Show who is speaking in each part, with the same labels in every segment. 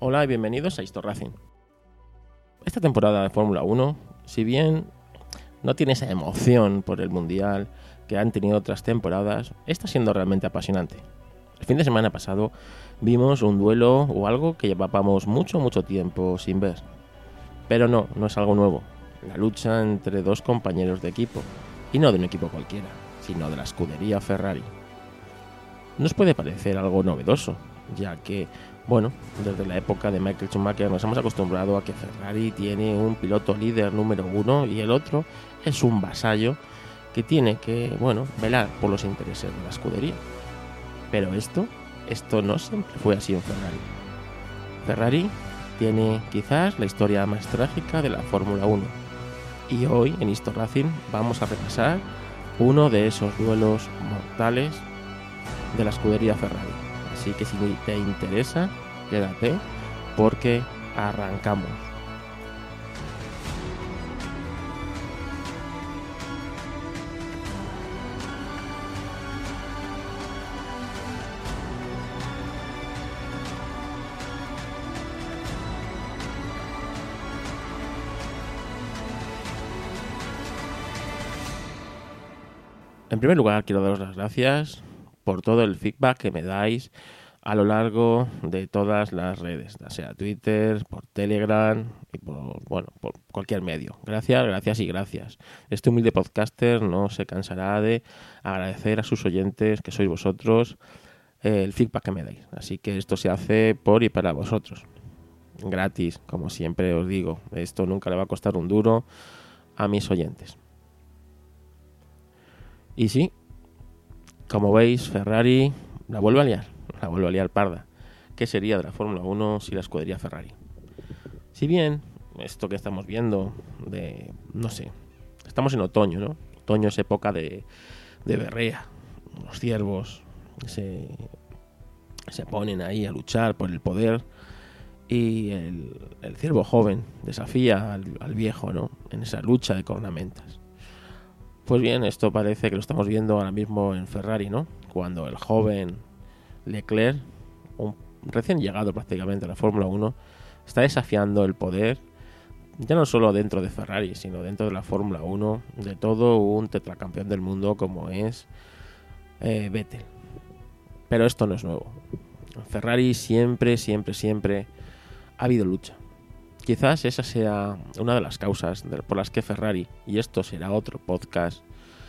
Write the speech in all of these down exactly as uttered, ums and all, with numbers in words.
Speaker 1: Hola y bienvenidos a Histo Racing. Esta temporada de Fórmula uno, si bien no tiene esa emoción por el Mundial que han tenido otras temporadas, está siendo realmente apasionante. El fin de semana pasado vimos un duelo o algo que llevábamos mucho, mucho tiempo sin ver. Pero no, no es algo nuevo. La lucha entre dos compañeros de equipo, y no de un equipo cualquiera, sino de la escudería Ferrari. Nos puede parecer algo novedoso, ya que, bueno, desde la época de Michael Schumacher nos hemos acostumbrado a que Ferrari tiene un piloto líder número uno y el otro es un vasallo que tiene que, bueno, velar por los intereses de la escudería. Pero esto, esto no siempre fue así en Ferrari. Ferrari tiene quizás la historia más trágica de la Fórmula uno. Y hoy en Histo Racing vamos a repasar uno de esos duelos mortales de la escudería Ferrari. Así que si te interesa, quédate porque arrancamos. En primer lugar, quiero daros las gracias por todo el feedback que me dais a lo largo de todas las redes, ya sea Twitter, por Telegram y por, bueno, por cualquier medio. Gracias, gracias y gracias. Este humilde podcaster no se cansará de agradecer a sus oyentes, que sois vosotros, eh, el feedback que me dais. Así que esto se hace por y para vosotros. Gratis, como siempre os digo. Esto nunca le va a costar un duro a mis oyentes. Y sí, como veis, Ferrari la vuelve a liar, la vuelve a liar parda. ¿Qué sería de la Fórmula uno sin la escudería Ferrari? Si bien esto que estamos viendo de, no sé, estamos en otoño, ¿no? Otoño es época de, de berrea. Los ciervos se, se ponen ahí a luchar por el poder y el, el ciervo joven desafía al, al viejo, ¿no? En esa lucha de cornamentas. Pues bien, esto parece que lo estamos viendo ahora mismo en Ferrari, ¿no? Cuando el joven Leclerc, un recién llegado prácticamente a la Fórmula uno, está desafiando el poder, ya no solo dentro de Ferrari, sino dentro de la Fórmula uno, de todo un tetracampeón del mundo como es eh, Vettel. Pero esto no es nuevo. En Ferrari siempre, siempre, siempre ha habido lucha. Quizás esa sea una de las causas por las que Ferrari, y esto será otro podcast,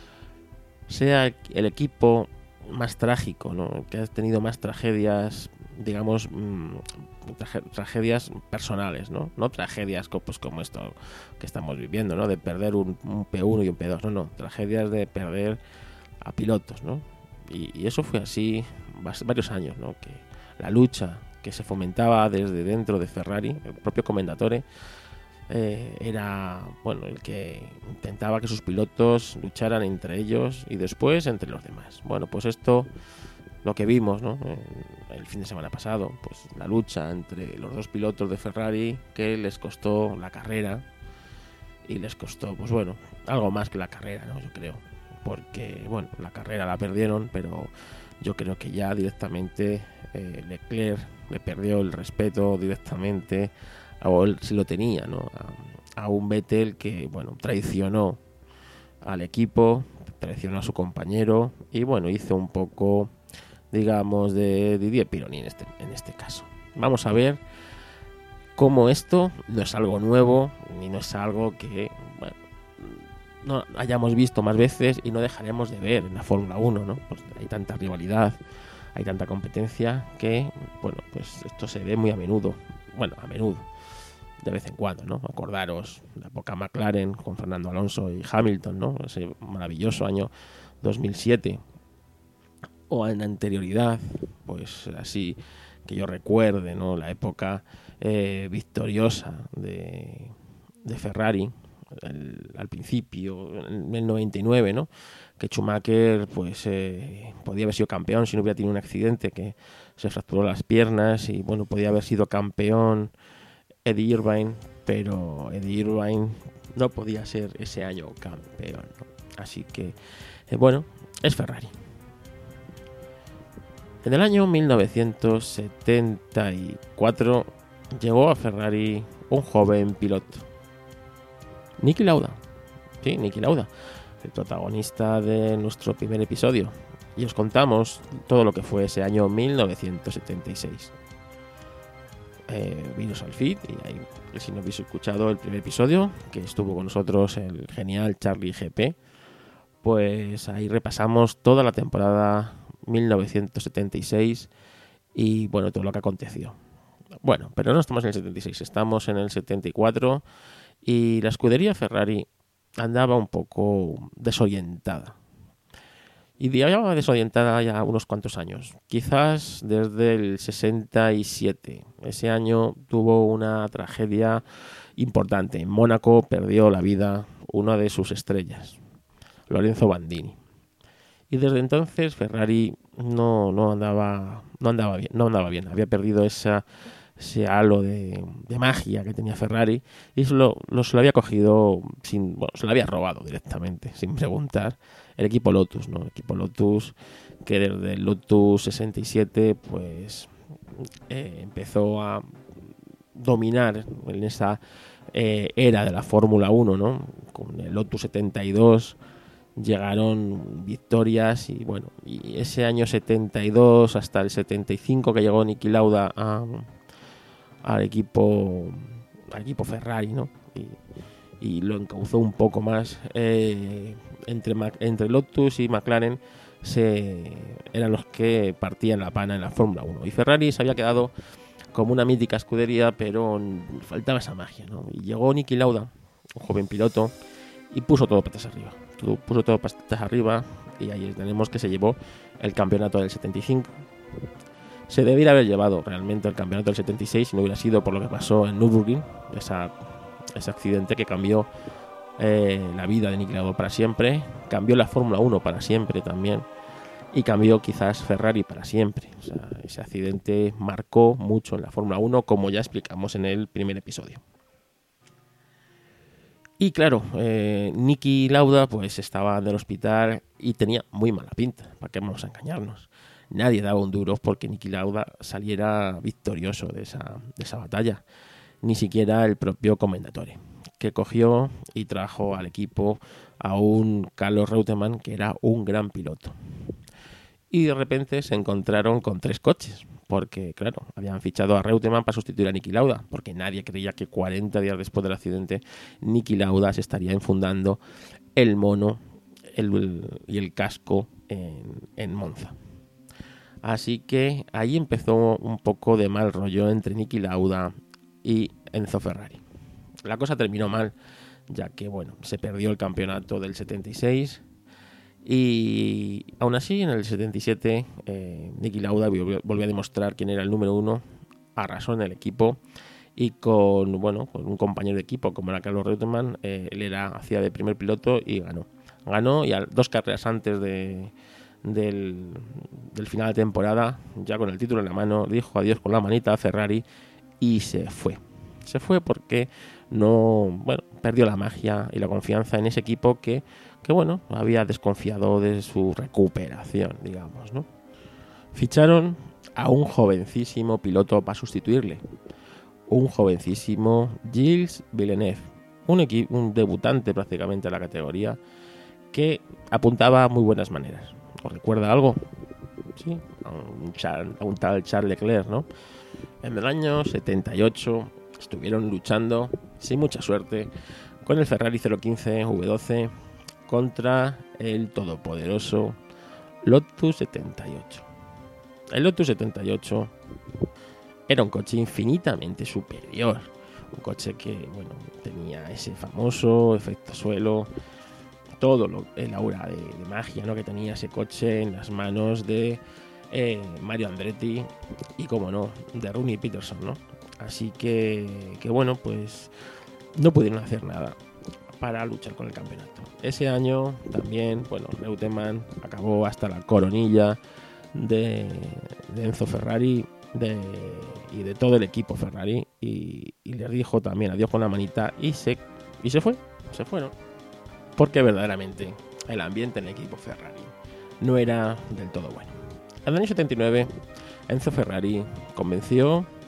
Speaker 1: sea el equipo más trágico, ¿no? Que ha tenido más tragedias, digamos, mmm, traje- tragedias personales, ¿no? No tragedias co- pues como esto que estamos viviendo, ¿no? De perder un, un P uno y un P dos, no, no, tragedias de perder a pilotos, ¿no? Y, y eso fue así varios años, ¿no? Que la lucha que se fomentaba desde dentro de Ferrari, el propio Commendatore, eh, era bueno el que intentaba que sus pilotos lucharan entre ellos y después entre los demás. Bueno, pues esto, lo que vimos, ¿no? El fin de semana pasado, pues la lucha entre los dos pilotos de Ferrari que les costó la carrera y les costó, pues bueno, algo más que la carrera, ¿no? Yo creo, porque bueno, la carrera la perdieron, pero yo creo que ya directamente eh, Leclerc le perdió el respeto directamente, o él sí lo tenía, ¿no? A, a un Vettel que, bueno, traicionó al equipo, traicionó a su compañero y, bueno, hizo un poco, digamos, de Didier Pironi en este, en este caso. Vamos a ver cómo esto no es algo nuevo, ni no es algo que, bueno, no hayamos visto más veces y no dejaremos de ver en la Fórmula uno, ¿no? Pues hay tanta rivalidad, hay tanta competencia que, bueno, pues esto se ve muy a menudo. Bueno, a menudo, de vez en cuando, ¿no? Acordaros la época McLaren con Fernando Alonso y Hamilton, ¿no? Ese maravilloso año dos mil siete. O en anterioridad, pues así que yo recuerde, ¿no? La época eh, victoriosa de, de Ferrari, el, al principio, en el noventa y nueve, ¿no? Que Schumacher pues eh, podía haber sido campeón si no hubiera tenido un accidente que se fracturó las piernas y bueno, podía haber sido campeón Eddie Irvine, pero Eddie Irvine no podía ser ese año campeón, ¿no? Así que eh, bueno, es Ferrari. En el año mil novecientos setenta y cuatro llegó a Ferrari un joven piloto, Niki Lauda. Sí, Niki Lauda, el protagonista de nuestro primer episodio. Y os contamos todo lo que fue ese año mil novecientos setenta y seis. Eh, vinos al feed, y ahí, si no habéis escuchado el primer episodio, que estuvo con nosotros el genial Charlie G P, pues ahí repasamos toda la temporada mil novecientos setenta y seis y bueno, todo lo que aconteció. Bueno, pero no estamos en el setenta y seis, estamos en el setenta y cuatro y la escudería Ferrari andaba un poco desorientada. Y llevaba desorientada ya unos cuantos años, quizás desde el sesenta y siete. Ese año tuvo una tragedia importante. En Mónaco perdió la vida una de sus estrellas, Lorenzo Bandini. Y desde entonces Ferrari no, no, andaba, no, andaba bien, no andaba bien. Había perdido esa, ese halo de, de magia que tenía Ferrari y se lo, lo, se lo había cogido, sin, bueno, se lo había robado directamente, sin preguntar, el equipo Lotus, ¿no? El equipo Lotus que desde el Lotus sesenta y siete pues eh, empezó a dominar en esa eh, era de la Fórmula uno, ¿no? Con el Lotus setenta y dos llegaron victorias y bueno, y ese año setenta y dos hasta el setenta y cinco que llegó Niki Lauda a, al equipo al equipo Ferrari, ¿no? Y, y lo encauzó un poco más. Eh, entre, entre Lotus y McLaren se, eran los que partían la pana en la Fórmula uno. Y Ferrari se había quedado como una mítica escudería, pero faltaba esa magia, ¿no? Y llegó Niki Lauda, un joven piloto, y puso todo patas arriba. Puso todo patas arriba y ahí tenemos que se llevó el campeonato del setenta y cinco. Se debería haber llevado realmente el campeonato del setenta y seis si no hubiera sido por lo que pasó en Nürburgring, esa, ese accidente que cambió eh, la vida de Niki Lauda para siempre, cambió la Fórmula uno para siempre también y cambió quizás Ferrari para siempre. O sea, ese accidente marcó mucho en la Fórmula uno, como ya explicamos en el primer episodio. Y claro, eh, Niki Lauda pues estaba en el hospital y tenía muy mala pinta, para qué vamos a engañarnos. Nadie daba un duro porque Niki Lauda saliera victorioso de esa, de esa batalla, ni siquiera el propio Commendatore, que cogió y trajo al equipo a un Carlos Reutemann que era un gran piloto. Y de repente se encontraron con tres coches, porque claro, habían fichado a Reutemann para sustituir a Niki Lauda, porque nadie creía que cuarenta días después del accidente Niki Lauda se estaría enfundando el mono el, y el casco en, en Monza. Así que ahí empezó un poco de mal rollo entre Niki Lauda y Enzo Ferrari. La cosa terminó mal, ya que bueno, se perdió el campeonato del setenta y seis. Y aún así, en el setenta y siete, eh, Niki Lauda volvió, volvió a demostrar quién era el número uno, arrasó en el equipo y con bueno con un compañero de equipo como era Carlos Reutemann, eh, él era hacía de primer piloto y ganó. Ganó y a dos carreras antes de, del, del final de temporada, ya con el título en la mano, dijo adiós con la manita a Ferrari y se fue. Se fue porque no, bueno, perdió la magia y la confianza en ese equipo que que bueno, había desconfiado de su recuperación, digamos, ¿no? Ficharon a un jovencísimo piloto para sustituirle, un jovencísimo Gilles Villeneuve, un, equi- un debutante prácticamente a la categoría que apuntaba a muy buenas maneras. ¿Os recuerda algo? Sí, a un, Char- a un tal Charles Leclerc, ¿no? En el año setenta y ocho estuvieron luchando, sin mucha suerte, con el Ferrari cero quince V doce contra el todopoderoso Lotus setenta y ocho. El Lotus setenta y ocho era un coche infinitamente superior, un coche que bueno tenía ese famoso efecto suelo, todo lo, el aura de, de magia, ¿no?, que tenía ese coche en las manos de eh, Mario Andretti y, como no, de Rooney Peterson, ¿no? Así que, que bueno, pues no pudieron hacer nada para luchar con el campeonato. Ese año también, bueno, Reutemann acabó hasta la coronilla de, de Enzo Ferrari de, y de todo el equipo Ferrari y, y les dijo también adiós con la manita y se, y se fue, se fueron. Porque verdaderamente el ambiente en el equipo Ferrari no era del todo bueno. En el año setenta y nueve, Enzo Ferrari convenció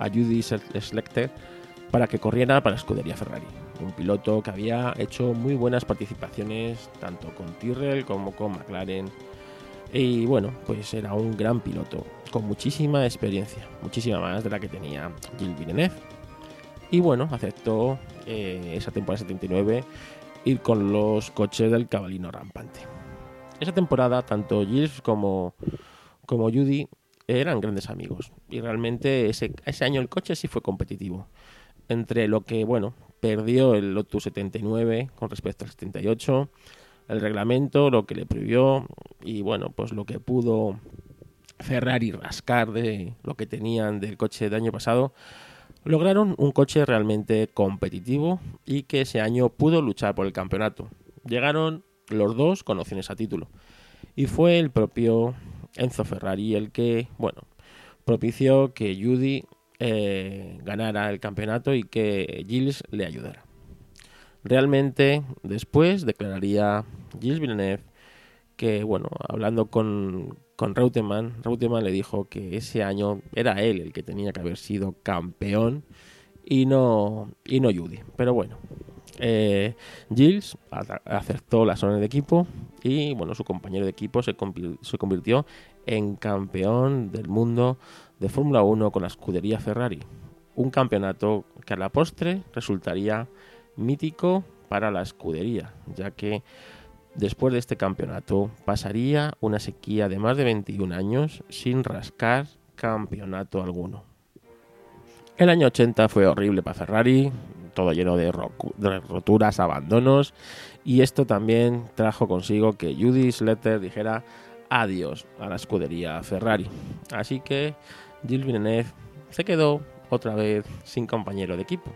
Speaker 1: a Judy Schlechter para que corriera para la escudería Ferrari. Un piloto que había hecho muy buenas participaciones tanto con Tyrrell como con McLaren. Y bueno, pues era un gran piloto con muchísima experiencia, muchísima más de la que tenía Gilles Villeneuve. Y bueno, aceptó eh, esa temporada setenta y nueve ir con los coches del cabalino rampante. Esa temporada tanto Gilles como, como Judy eran grandes amigos y realmente ese, ese año el coche sí fue competitivo. Entre lo que, bueno, perdió el Lotus setenta y nueve con respecto al setenta y ocho, el reglamento, lo que le prohibió y bueno, pues lo que pudo Ferrari rascar de lo que tenían del coche del año pasado, lograron un coche realmente competitivo y que ese año pudo luchar por el campeonato. Llegaron los dos con opciones a título y fue el propio Enzo Ferrari el que, bueno, propició que Judy eh, ganara el campeonato y que Gilles le ayudara. Realmente después declararía Gilles Villeneuve que, bueno, hablando con, con Reutemann, Reutemann le dijo que ese año era él el que tenía que haber sido campeón y no, y no Judy. Pero bueno, eh, Gilles aceptó las órdenes de equipo y bueno, su compañero de equipo se, conv- se convirtió en campeón del mundo de Fórmula uno con la escudería Ferrari. Un campeonato que a la postre resultaría mítico para la escudería, ya que después de este campeonato pasaría una sequía de más de veintiún años sin rascar campeonato alguno. El año ochenta fue horrible para Ferrari, todo lleno de, ro- de roturas, abandonos, y esto también trajo consigo que Judy Schlechter dijera adiós a la escudería Ferrari. Así que Gilles Villeneuve se quedó otra vez sin compañero de equipo.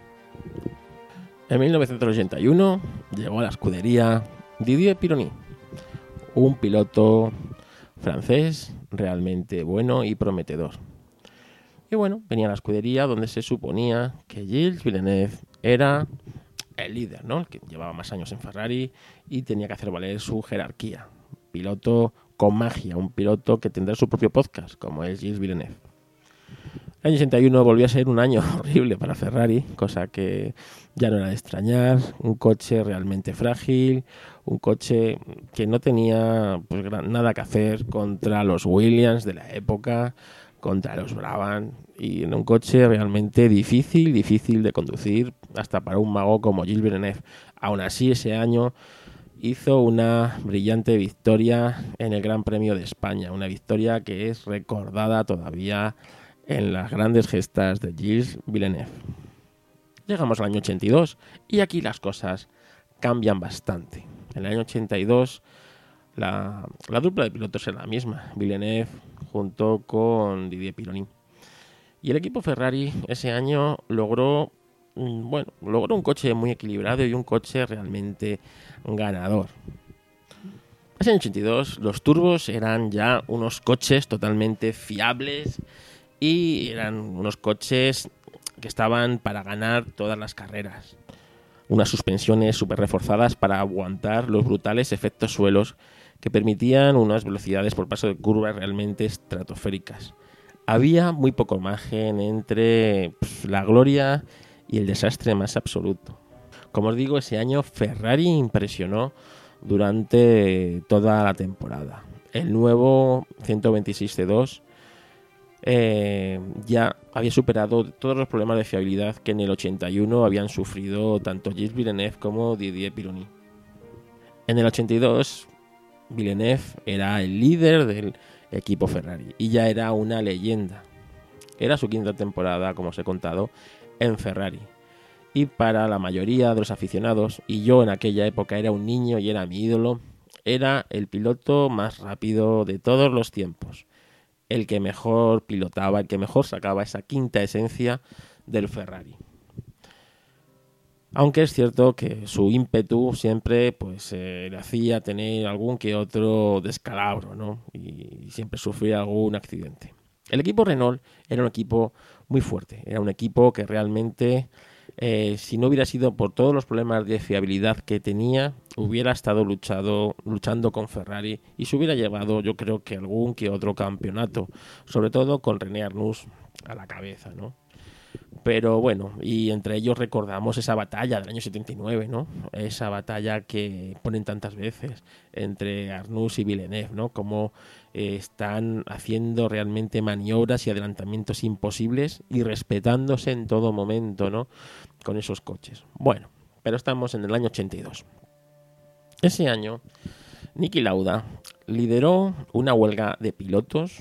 Speaker 1: En mil novecientos ochenta y uno llegó a la escudería Didier Pironi, un piloto francés realmente bueno y prometedor. Y bueno, venía a la escudería donde se suponía que Gilles Villeneuve era el líder, ¿no? El que llevaba más años en Ferrari y tenía que hacer valer su jerarquía. Piloto con magia, un piloto que tendrá su propio podcast, como es Gilles Villeneuve. El año ochenta y uno volvió a ser un año horrible para Ferrari, cosa que ya no era de extrañar. Un coche realmente frágil, un coche que no tenía pues, nada que hacer contra los Williams de la época, contra los Brabham, y en un coche realmente difícil, difícil de conducir, hasta para un mago como Gilles Villeneuve. Aún así, ese año hizo una brillante victoria en el Gran Premio de España, una victoria que es recordada todavía en las grandes gestas de Gilles Villeneuve. Llegamos al año ochenta y dos y aquí las cosas cambian bastante. En el año ochenta y dos la, la dupla de pilotos era la misma, Villeneuve junto con Didier Pironi. Y el equipo Ferrari ese año logró, bueno, logró un coche muy equilibrado y un coche realmente ganador. En el año ochenta y dos los turbos eran ya unos coches totalmente fiables y eran unos coches que estaban para ganar todas las carreras. Unas suspensiones súper reforzadas para aguantar los brutales efectos suelos que permitían unas velocidades por paso de curvas realmente estratosféricas. Había muy poco margen entre pues, la gloria y el desastre más absoluto. Como os digo, ese año Ferrari impresionó durante toda la temporada. El nuevo ciento veintiséis C dos eh, ya había superado todos los problemas de fiabilidad que en el ochenta y uno habían sufrido tanto Gilles Villeneuve como Didier Pironi. En el ochenta y dos, Villeneuve era el líder del equipo Ferrari y ya era una leyenda. Era su quinta temporada, como os he contado, en Ferrari. Y para la mayoría de los aficionados, y yo en aquella época era un niño y era mi ídolo, era el piloto más rápido de todos los tiempos. El que mejor pilotaba, el que mejor sacaba esa quinta esencia del Ferrari. Aunque es cierto que su ímpetu siempre pues, eh, le hacía tener algún que otro descalabro, ¿no? Y siempre sufría algún accidente. El equipo Renault era un equipo muy fuerte, era un equipo que realmente, eh, si no hubiera sido por todos los problemas de fiabilidad que tenía, hubiera estado luchado, luchando con Ferrari y se hubiera llevado, yo creo que algún que otro campeonato, sobre todo con René Arnoux a la cabeza, ¿no? Pero bueno, y entre ellos recordamos esa batalla del año setenta y nueve, ¿no? Esa batalla que ponen tantas veces entre Arnoux y Villeneuve, ¿no? Como eh, están haciendo realmente maniobras y adelantamientos imposibles y respetándose en todo momento, ¿no? Con esos coches. Bueno, pero estamos en el año ochenta y dos. Ese año, Niki Lauda lideró una huelga de pilotos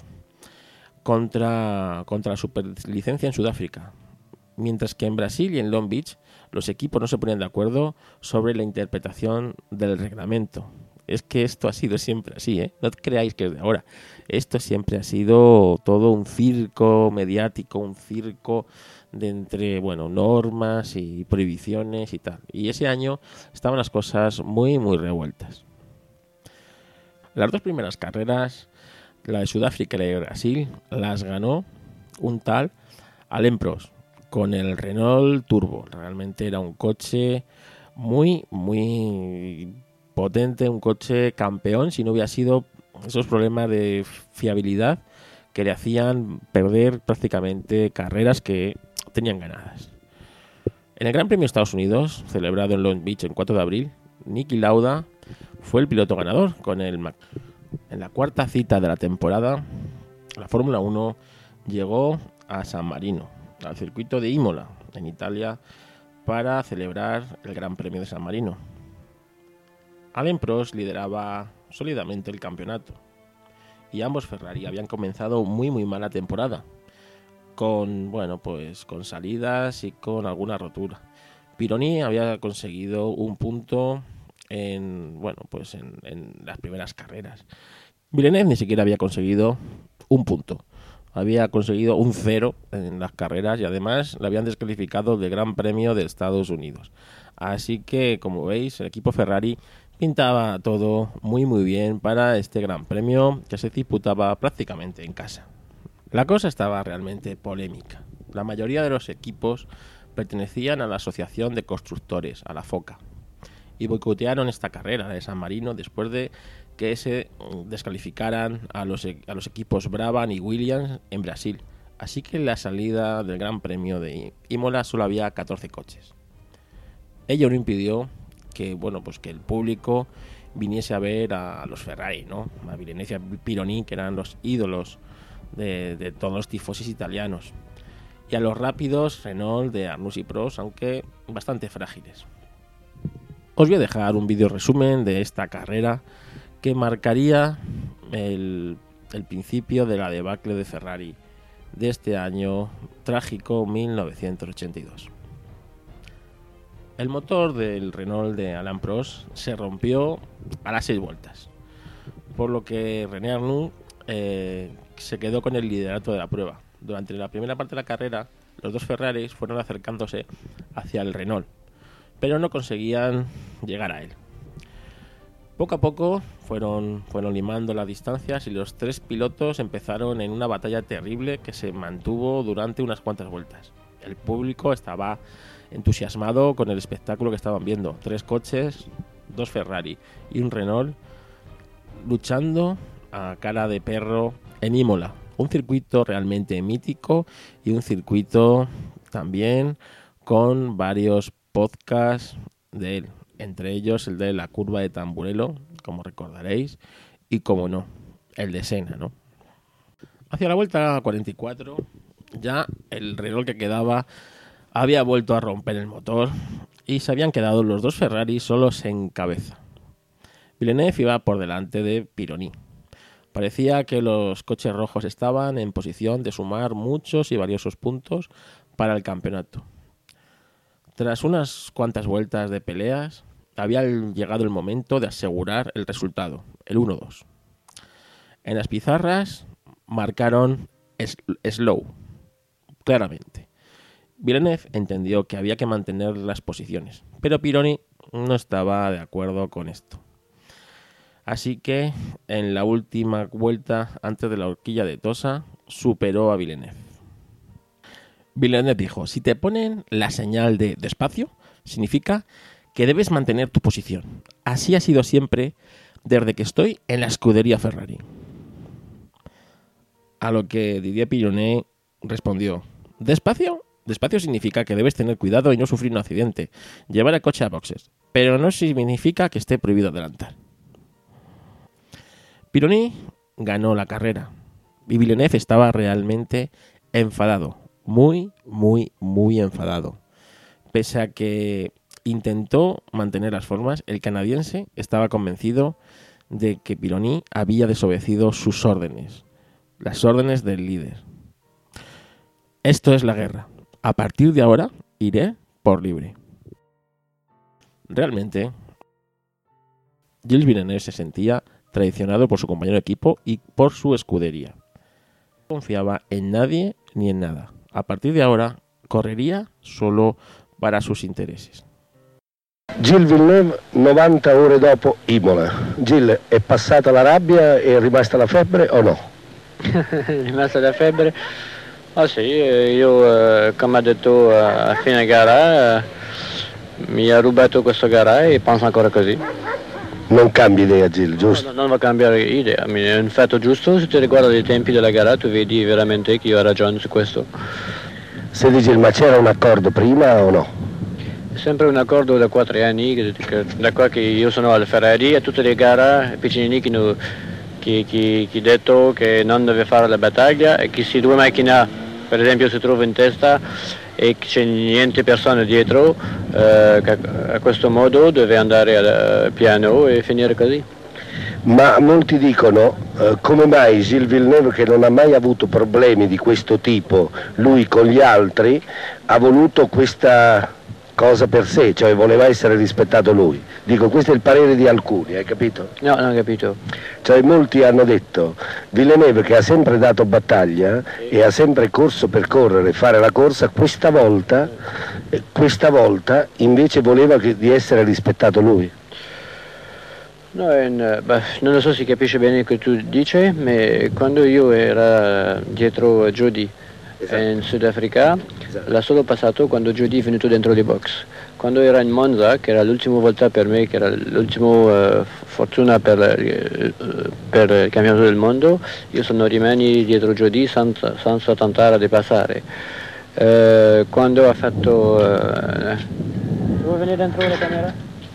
Speaker 1: contra, contra la superlicencia en Sudáfrica, mientras que en Brasil y en Long Beach los equipos no se ponían de acuerdo sobre la interpretación del reglamento. Es que esto ha sido siempre así, ¿eh? No creáis que es de ahora. Esto siempre ha sido todo un circo mediático, un circo de entre, bueno, normas y prohibiciones y tal. Y ese año estaban las cosas muy, muy revueltas. Las dos primeras carreras, la de Sudáfrica y la de Brasil, las ganó un tal Alain Prost con el Renault Turbo. Realmente era un coche muy, muy potente, un coche campeón, si no hubiera sido esos problemas de fiabilidad que le hacían perder prácticamente carreras que tenían ganadas. En el Gran Premio de Estados Unidos, celebrado en Long Beach el cuatro de abril, Niki Lauda fue el piloto ganador con el Mac. En la cuarta cita de la temporada, la Fórmula uno llegó a San Marino, al circuito de Imola, en Italia, para celebrar el Gran Premio de San Marino. Alain Prost lideraba sólidamente el campeonato y ambos Ferrari habían comenzado muy muy mala temporada, con bueno pues con salidas y con alguna rotura. Pironi había conseguido un punto en bueno pues en, en las primeras carreras. Villeneuve ni siquiera había conseguido un punto. Había conseguido un cero en las carreras y además le habían descalificado del Gran Premio de Estados Unidos. Así que, como veis, el equipo Ferrari pintaba todo muy muy bien para este Gran Premio que se disputaba prácticamente en casa. La cosa estaba realmente polémica. La mayoría de los equipos pertenecían a la Asociación de Constructores, a la FOCA, y boicotearon esta carrera de San Marino después de que se descalificaran a los, a los equipos Brabham y Williams en Brasil. Así que en la salida del Gran Premio de Imola solo había catorce coches. Ello no impidió que, bueno, pues que el público viniese a ver a los Ferrari, ¿no? A Villeneuve y a Pironi, que eran los ídolos de, de todos los tifosis italianos, y a los rápidos Renault de Arnoux y Prost, aunque bastante frágiles. Os voy a dejar un vídeo resumen de esta carrera que marcaría el, el principio de la debacle de Ferrari de este año trágico mil novecientos ochenta y dos. El motor del Renault de Alain Prost se rompió a las seis vueltas, por lo que René Arnoux eh, se quedó con el liderato de la prueba. Durante la primera parte de la carrera, los dos Ferraris fueron acercándose hacia el Renault, pero no conseguían llegar a él. Poco a poco fueron, fueron limando las distancias y los tres pilotos empezaron en una batalla terrible que se mantuvo durante unas cuantas vueltas. El público estaba entusiasmado con el espectáculo que estaban viendo. Tres coches, dos Ferrari y un Renault luchando a cara de perro en Imola. Un circuito realmente mítico y un circuito también con varios podcasts de él. Entre ellos el de la curva de Tamburello, como recordaréis, y como no, el de Senna, ¿no? Hacia la vuelta cuarenta y cuatro, ya el Renault que quedaba había vuelto a romper el motor y se habían quedado los dos Ferrari solos en cabeza. Villeneuve iba por delante de Pironi. Parecía que los coches rojos estaban en posición de sumar muchos y valiosos puntos para el campeonato. Tras unas cuantas vueltas de peleas, había llegado el momento de asegurar el resultado, el uno dos. En las pizarras marcaron slow, claramente. Villeneuve entendió que había que mantener las posiciones, pero Pironi no estaba de acuerdo con esto. Así que en la última vuelta, antes de la horquilla de Tosa, superó a Villeneuve. Villeneuve dijo: si te ponen la señal de despacio, significa que debes mantener tu posición. Así ha sido siempre desde que estoy en la escudería Ferrari. A lo que Didier Pironi respondió: ¿despacio Despacio significa que debes tener cuidado y no sufrir un accidente, llevar el coche a boxes, pero no significa que esté prohibido adelantar. Pironi ganó la carrera y Villeneuve estaba realmente enfadado, muy, muy, muy enfadado. Pese a que intentó mantener las formas, el canadiense estaba convencido de que Pironi había desobedecido sus órdenes, las órdenes del líder. Esto es la guerra. A partir de ahora iré por libre. Realmente, Gilles Villeneuve se sentía traicionado por su compañero de equipo y por su escudería. No confiaba en nadie ni en nada. A partir de ahora, correría solo para sus intereses.
Speaker 2: Gilles Villeneuve, novanta ore dopo Imola. Gilles, è passata la rabbia e è rimasta la febbre o no?
Speaker 3: È rimasta la febbre? Ah sì, io come ha detto a fine gara mi ha rubato questa gara e penso ancora così.
Speaker 2: Non cambia idea Gilles, giusto?
Speaker 3: No, non va a cambiare idea, è un fatto giusto, se ti riguarda i tempi della gara tu vedi veramente che io ho ragione su questo.
Speaker 2: Senti Gilles, ma c'era un accordo prima o no?
Speaker 3: È sempre un accordo da quattro anni, che, che, da qua che io sono al Ferrari, a tutte le gare piccinini che, no, che, che, che detto che non deve fare la battaglia e che se due macchine per esempio si trova in testa e c'è niente persone dietro, eh, a questo modo deve andare al piano e finire così.
Speaker 2: Ma molti dicono eh, come mai Gilles Villeneuve, che non ha mai avuto problemi di questo tipo, lui con gli altri, ha voluto questa cosa per sé, cioè voleva essere rispettato lui. Dico, questo è il parere di alcuni, hai capito?
Speaker 3: No, non ho capito.
Speaker 2: Cioè molti hanno detto Villeneuve, che ha sempre dato battaglia e ha sempre corso per correre, fare la corsa, questa volta, questa volta invece voleva che, di essere rispettato lui.
Speaker 3: No, in, beh, non lo so se capisce bene che tu dici, ma quando io ero dietro Jody, esatto, in Sudafrica, esatto, l'ha solo passato quando Jody è venuto dentro le box. Quando era in Monza, che era l'ultima volta per me, che era l'ultima uh, fortuna per, uh, per il campionato del mondo, io sono rimasto dietro Jody senza, senza tentare di passare. Uh, quando ha fatto... Uh, vuoi venire dentro la camera?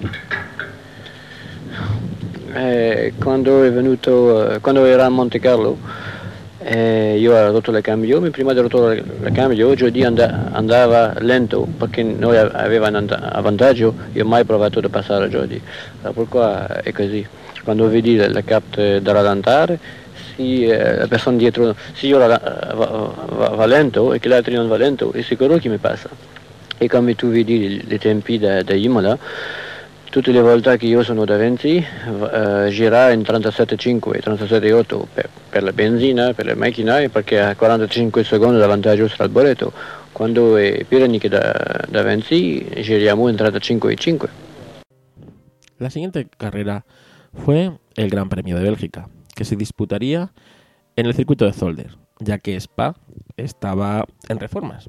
Speaker 3: Eh, quando è venuto, uh, quando era a Monte Carlo, eh, io ho rotto il cambio, ma prima di rotto il cambio Jody and- andava lento perché noi avevamo un vantaggio, io ho mai provato a passare a Jody, perché è così, quando vedi la cap da rallentare, se eh, la persona dietro, se io va, va, va, va lento e che l'altro non va lento, è sicuro che mi passa. E come tu vedi i tempi da, da Imola, tutte le volte che io sono davanti, uh, gira in trentasette virgola cinque, trentasette virgola otto per, per la benzina, per la macchina, perché a quarantacinque secondi il vantaggio sta al boleto. Quando è Pironi che da, davanti, giriamo in trentacinque virgola cinque.
Speaker 1: La siguiente carrera fue el Gran Premio de Bélgica, que se disputaría en el circuito de Zolder, ya que Spa estaba en reformas.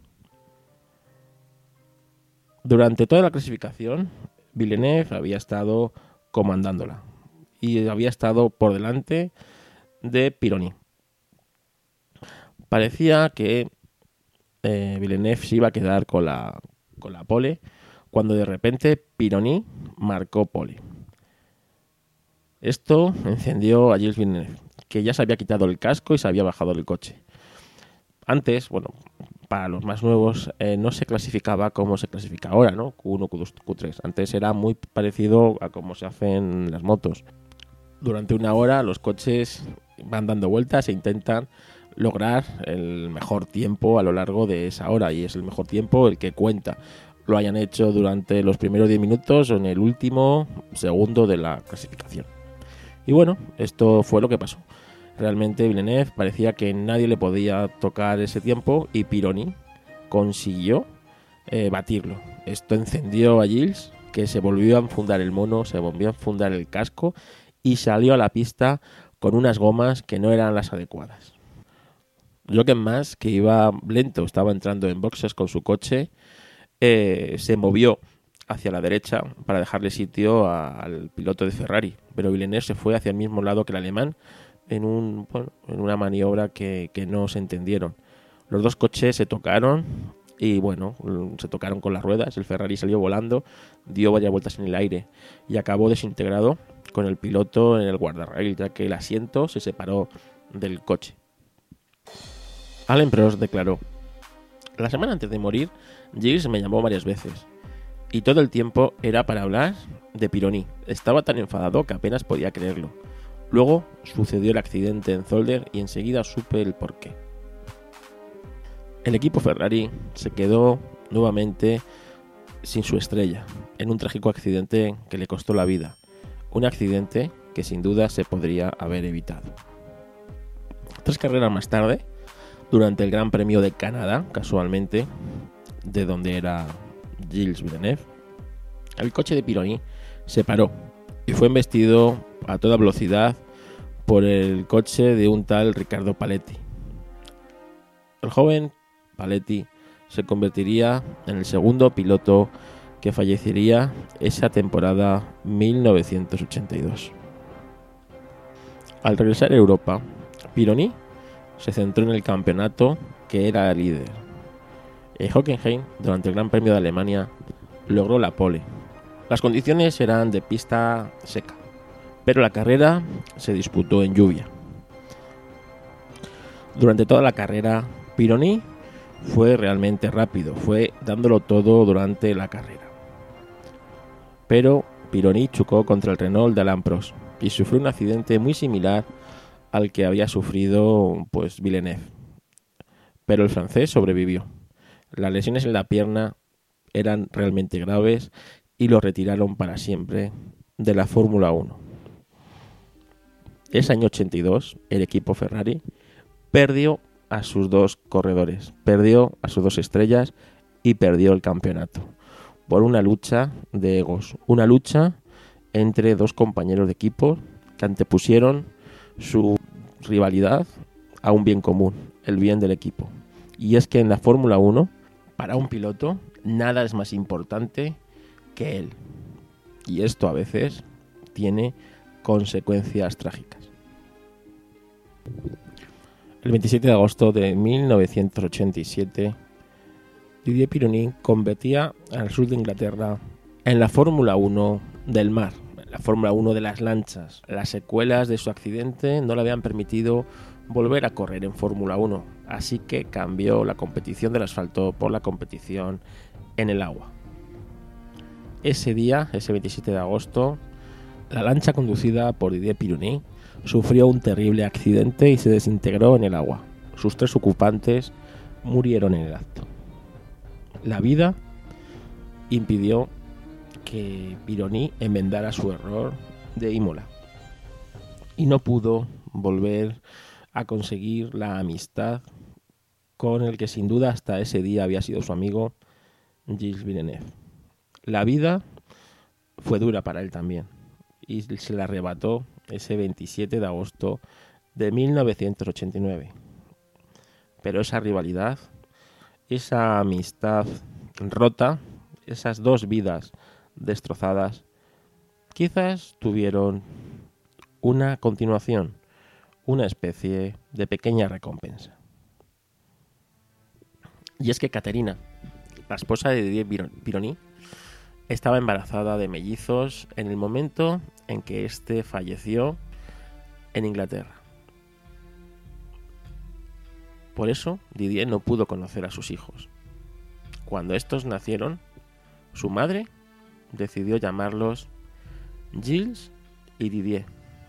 Speaker 1: Durante toda la clasificación, Villeneuve había estado comandándola y había estado por delante de Pironi. Parecía que eh, Villeneuve se iba a quedar con la, con la pole cuando de repente Pironi marcó pole. Esto encendió a Gilles Villeneuve, que ya se había quitado el casco y se había bajado del coche. Antes, bueno, para los más nuevos, eh, no se clasificaba como se clasifica ahora, ¿no? Q uno, Q dos, Q tres. Antes era muy parecido a cómo se hacen las motos. Durante una hora los coches van dando vueltas e intentan lograr el mejor tiempo a lo largo de esa hora, y es el mejor tiempo el que cuenta. Lo hayan hecho durante los primeros diez minutos o en el último segundo de la clasificación. Y bueno, esto fue lo que pasó. Realmente Villeneuve parecía que nadie le podía tocar ese tiempo y Pironi consiguió eh, batirlo. Esto encendió a Gilles, que se volvió a enfundar el mono, se volvió a enfundar el casco y salió a la pista con unas gomas que no eran las adecuadas. Jochen Mass, que iba lento, estaba entrando en boxes con su coche, eh, se movió hacia la derecha para dejarle sitio a, al piloto de Ferrari, pero Villeneuve se fue hacia el mismo lado que el alemán, en un bueno, en una maniobra que, que no se entendieron. Los dos coches se tocaron y bueno, se tocaron con las ruedas, el Ferrari salió volando, dio varias vueltas en el aire y acabó desintegrado con el piloto en el guardarraíl, ya que el asiento se separó del coche. Alain Prost declaró: la semana antes de morir, Gilles me llamó varias veces y todo el tiempo era para hablar de Pironi. Estaba tan enfadado que apenas podía creerlo. Luego sucedió el accidente en Zolder y enseguida supe el porqué. El equipo Ferrari se quedó nuevamente sin su estrella en un trágico accidente que le costó la vida. Un accidente que sin duda se podría haber evitado. Tres carreras más tarde, durante el Gran Premio de Canadá, casualmente, de donde era Gilles Villeneuve, el coche de Pironi se paró y fue embestido a toda velocidad por el coche de un tal Riccardo Paletti. El joven Paletti se convertiría en el segundo piloto que fallecería esa temporada mil novecientos ochenta y dos. Al regresar a Europa, Pironi se centró en el campeonato, que era el líder. En Hockenheim, durante el Gran Premio de Alemania, logró la pole. Las condiciones eran de pista seca, pero la carrera se disputó en lluvia. Durante toda la carrera, Pironi fue realmente rápido, fue dándolo todo durante la carrera. Pero Pironi chocó contra el Renault de Alain Prost y sufrió un accidente muy similar al que había sufrido pues Villeneuve. Pero el francés sobrevivió. Las lesiones en la pierna eran realmente graves y lo retiraron para siempre de la Fórmula uno. Ese año ochenta y dos, el equipo Ferrari perdió a sus dos corredores, perdió a sus dos estrellas y perdió el campeonato por una lucha de egos, una lucha entre dos compañeros de equipo que antepusieron su rivalidad a un bien común, el bien del equipo. Y es que en la Fórmula uno, para un piloto, nada es más importante que él. Y esto a veces tiene consecuencias trágicas. El veintisiete de agosto de mil novecientos ochenta y siete, Didier Pironi convertía al sur de Inglaterra en la Fórmula uno del mar, la Fórmula uno de las lanchas. Las secuelas de su accidente no le habían permitido volver a correr en Fórmula uno, así que cambió la competición del asfalto por la competición en el agua. Ese día, ese veintisiete de agosto, la lancha conducida por Didier Pironi sufrió un terrible accidente y se desintegró en el agua. Sus tres ocupantes murieron en el acto. La vida impidió que Pironi enmendara su error de Imola y no pudo volver a conseguir la amistad con el que sin duda hasta ese día había sido su amigo Gilles Villeneuve. La vida fue dura para él también y se la arrebató ese veintisiete de agosto de mil novecientos ochenta y nueve. Pero esa rivalidad, esa amistad rota, esas dos vidas destrozadas, quizás tuvieron una continuación, una especie de pequeña recompensa. Y es que Caterina, la esposa de Didier Pironi, estaba embarazada de mellizos en el momento en que éste falleció en Inglaterra. Por eso Didier no pudo conocer a sus hijos. Cuando estos nacieron, su madre decidió llamarlos Gilles y Didier.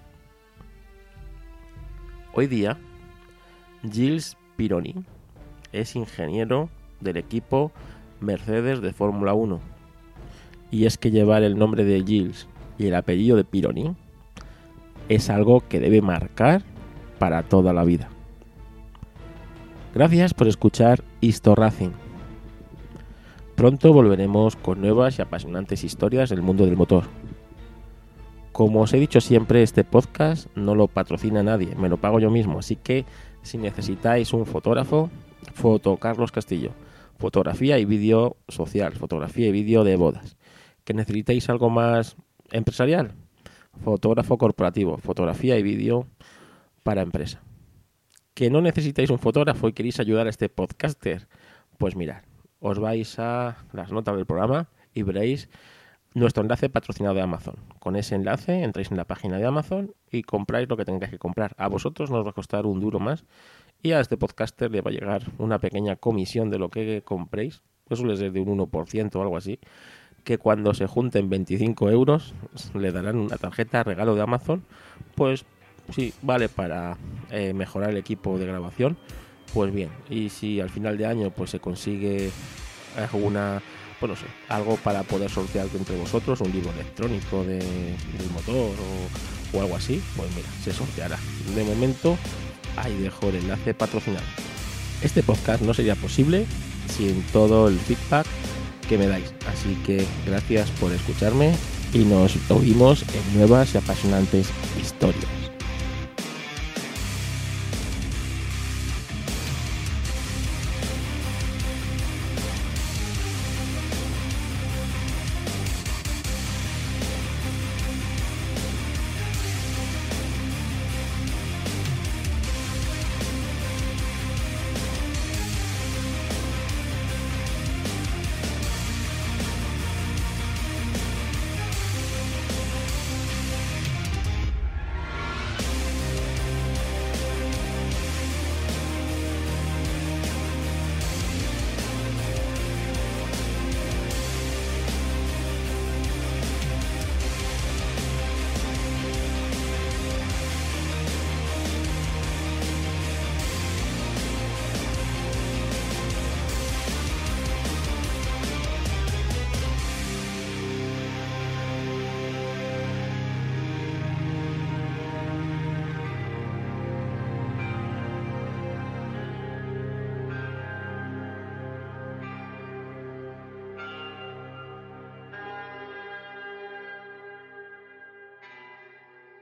Speaker 1: Hoy día, Gilles Pironi es ingeniero del equipo Mercedes de Fórmula uno. Y es que llevar el nombre de Gilles y el apellido de Pironi es algo que debe marcar para toda la vida. Gracias por escuchar Histo Racing. Pronto volveremos con nuevas y apasionantes historias del mundo del motor. Como os he dicho siempre, este podcast no lo patrocina nadie, me lo pago yo mismo, así que si necesitáis un fotógrafo, Foto Carlos Castillo, fotografía y vídeo social, fotografía y vídeo de bodas. ¿Que necesitáis algo más empresarial? Fotógrafo corporativo, fotografía y vídeo para empresa. ¿Que no necesitáis un fotógrafo y queréis ayudar a este podcaster? Pues mirad, os vais a las notas del programa y veréis nuestro enlace patrocinado de Amazon. Con ese enlace entráis en la página de Amazon y compráis lo que tengáis que comprar. A vosotros no os va a costar un duro más y a este podcaster le va a llegar una pequeña comisión de lo que compréis, que suele ser de un uno por ciento o algo así, que cuando se junten veinticinco euros le darán una tarjeta regalo de Amazon. Pues sí, vale para eh, mejorar el equipo de grabación, pues bien. Y si al final de año pues se consigue alguna, pues no sé, algo para poder sortear entre vosotros, un libro electrónico de, del motor o, o algo así, pues mira, se sorteará. De momento ahí dejo el enlace patrocinado. Este podcast no sería posible sin todo el feedback que me dais, así que gracias por escucharme y nos oímos en nuevas y apasionantes historias.